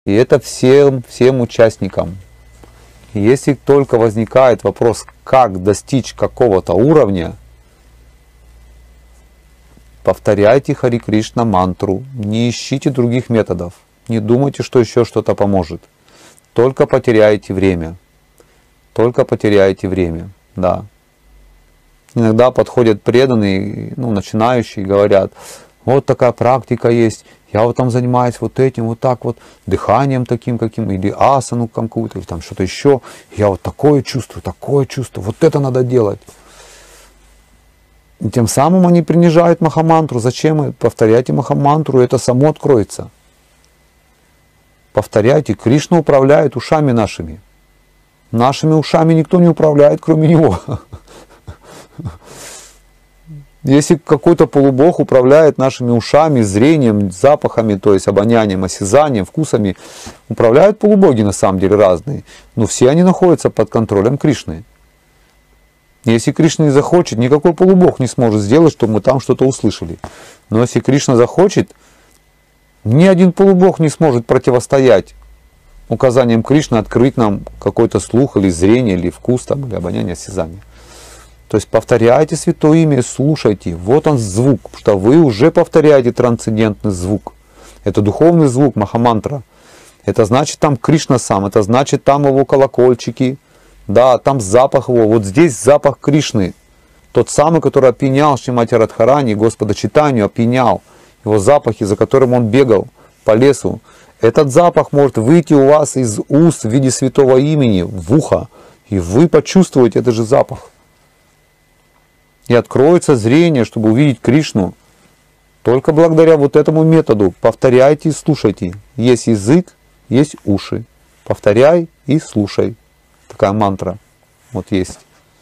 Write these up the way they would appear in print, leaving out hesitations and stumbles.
И это всем участникам. Если только возникает вопрос, как достичь какого-то уровня, повторяйте Хари Кришна мантру, не ищите других методов, не думайте, что еще что-то поможет. Только потеряете время. Только потеряете время. Да. Иногда подходят преданные, начинающие, говорят, вот такая практика есть, я вот там занимаюсь вот этим, вот так вот, дыханием таким каким, или асану какую-то, или там что-то еще, я вот такое чувствую, вот это надо делать. И тем самым они принижают Махамантру. Зачем? Повторяйте Махамантру, это само откроется. Повторяйте, Кришна управляет ушами нашими. Нашими ушами никто не управляет, кроме Него. Если какой-то полубог управляет нашими ушами, зрением, запахами, то есть обонянием, осязанием, вкусами, управляют полубоги на самом деле разные, но все они находятся под контролем Кришны. Если Кришна не захочет, никакой полубог не сможет сделать, чтобы мы там что-то услышали. Но если Кришна захочет, ни один полубог не сможет противостоять указаниям Кришны открыть нам какой-то слух или зрение, или вкус, там, или обоняние, осязание. То есть повторяйте святое имя, слушайте. Вот он звук, потому что вы уже повторяете трансцендентный звук. Это духовный звук Махамантра. Это значит там Кришна сам, это значит там его колокольчики. Да, там запах его. Вот здесь запах Кришны. Тот самый, который опьянял Шримати Радхарани, Господа Чайтанью, опьянял. Его запахи, за которым он бегал по лесу. Этот запах может выйти у вас из уст в виде святого имени в ухо. И вы почувствуете этот же запах. И откроется зрение, чтобы увидеть Кришну. Только благодаря вот этому методу. Повторяйте и слушайте. Есть язык, есть уши. Повторяй и слушай. Такая мантра. Вот есть.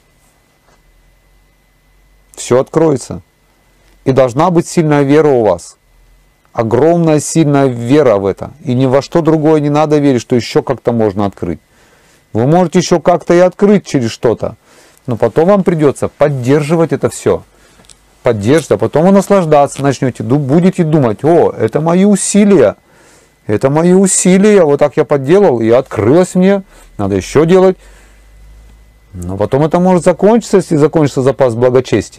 Все откроется. И должна быть сильная вера у вас. Огромная сильная вера в это. И ни во что другое не надо верить, что еще как-то можно открыть. Вы можете еще как-то и открыть через что-то. Но потом вам придется поддерживать это все. Поддерживать, а потом вы наслаждаться начнете. Будете думать, о, это мои усилия. Это мои усилия. Вот так я подделал, и открылось мне. Надо еще делать. Но потом это может закончиться, если закончится запас благочестия.